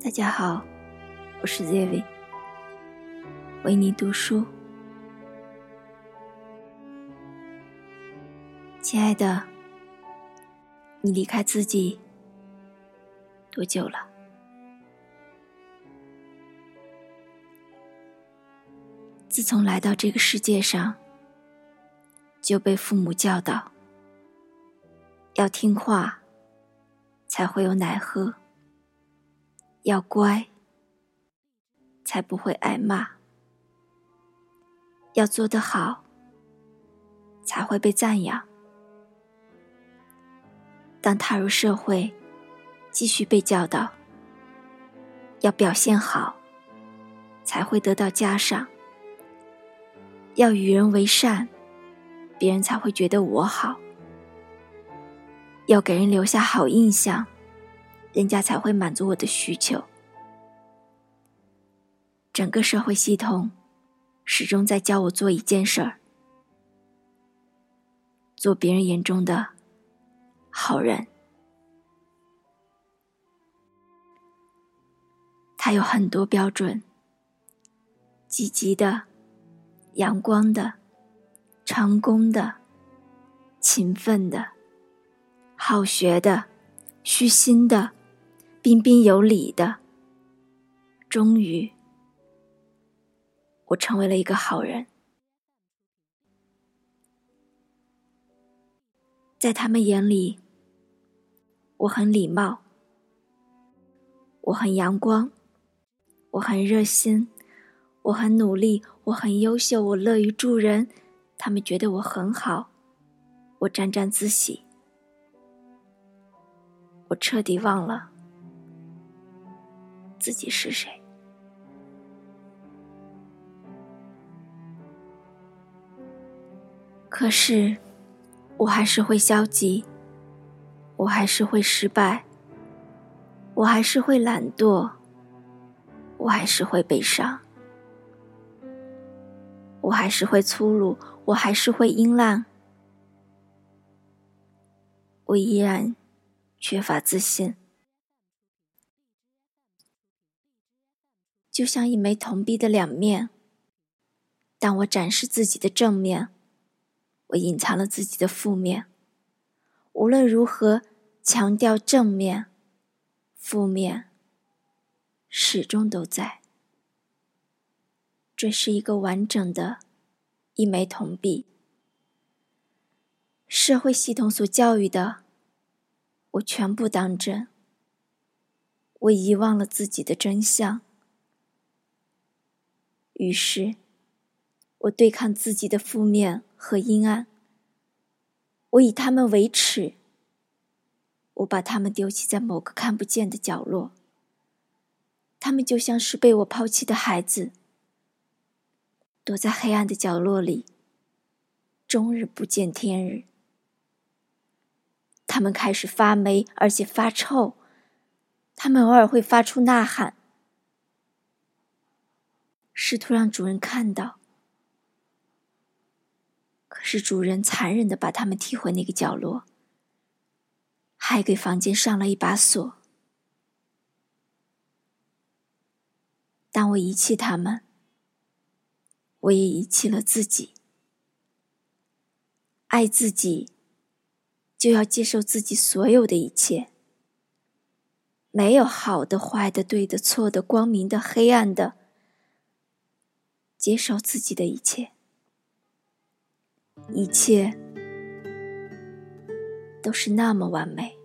大家好，我是 Zivi， 为你读书。亲爱的，你离开自己多久了？自从来到这个世界上，就被父母教导，要听话才会有奶喝，要乖才不会挨骂，要做得好才会被赞扬。当踏入社会，继续被教导，要表现好才会得到嘉赏，要与人为善，别人才会觉得我好，要给人留下好印象，人家才会满足我的需求。整个社会系统始终在教我做一件事儿，做别人眼中的好人。他有很多标准，积极的、阳光的、成功的、勤奋的、好学的、虚心的、彬彬有礼的。终于我成为了一个好人。在他们眼里，我很礼貌，我很阳光，我很热心，我很努力，我很优秀，我乐于助人，他们觉得我很好，我沾沾自喜。我彻底忘了自己是谁。可是我还是会消极，我还是会失败，我还是会懒惰，我还是会悲伤，我还是会粗鲁，我还是会阴烂，我依然缺乏自信。就像一枚铜币的两面，当我展示自己的正面，我隐藏了自己的负面。无论如何强调正面，负面始终都在。这是一个完整的一枚铜币。社会系统所教育的，我全部当真。我遗忘了自己的真相。于是我对抗自己的负面和阴暗，我以他们为耻，我把他们丢弃在某个看不见的角落。他们就像是被我抛弃的孩子，躲在黑暗的角落里，终日不见天日。他们开始发霉，而且发臭，他们偶尔会发出呐喊，试图让主人看到，可是主人残忍地把他们踢回那个角落，还给房间上了一把锁。当我遗弃他们，我也遗弃了自己。爱自己，就要接受自己所有的一切，没有好的、坏的、对的、错的、光明的、黑暗的，接受自己的一切，一切都是那么完美。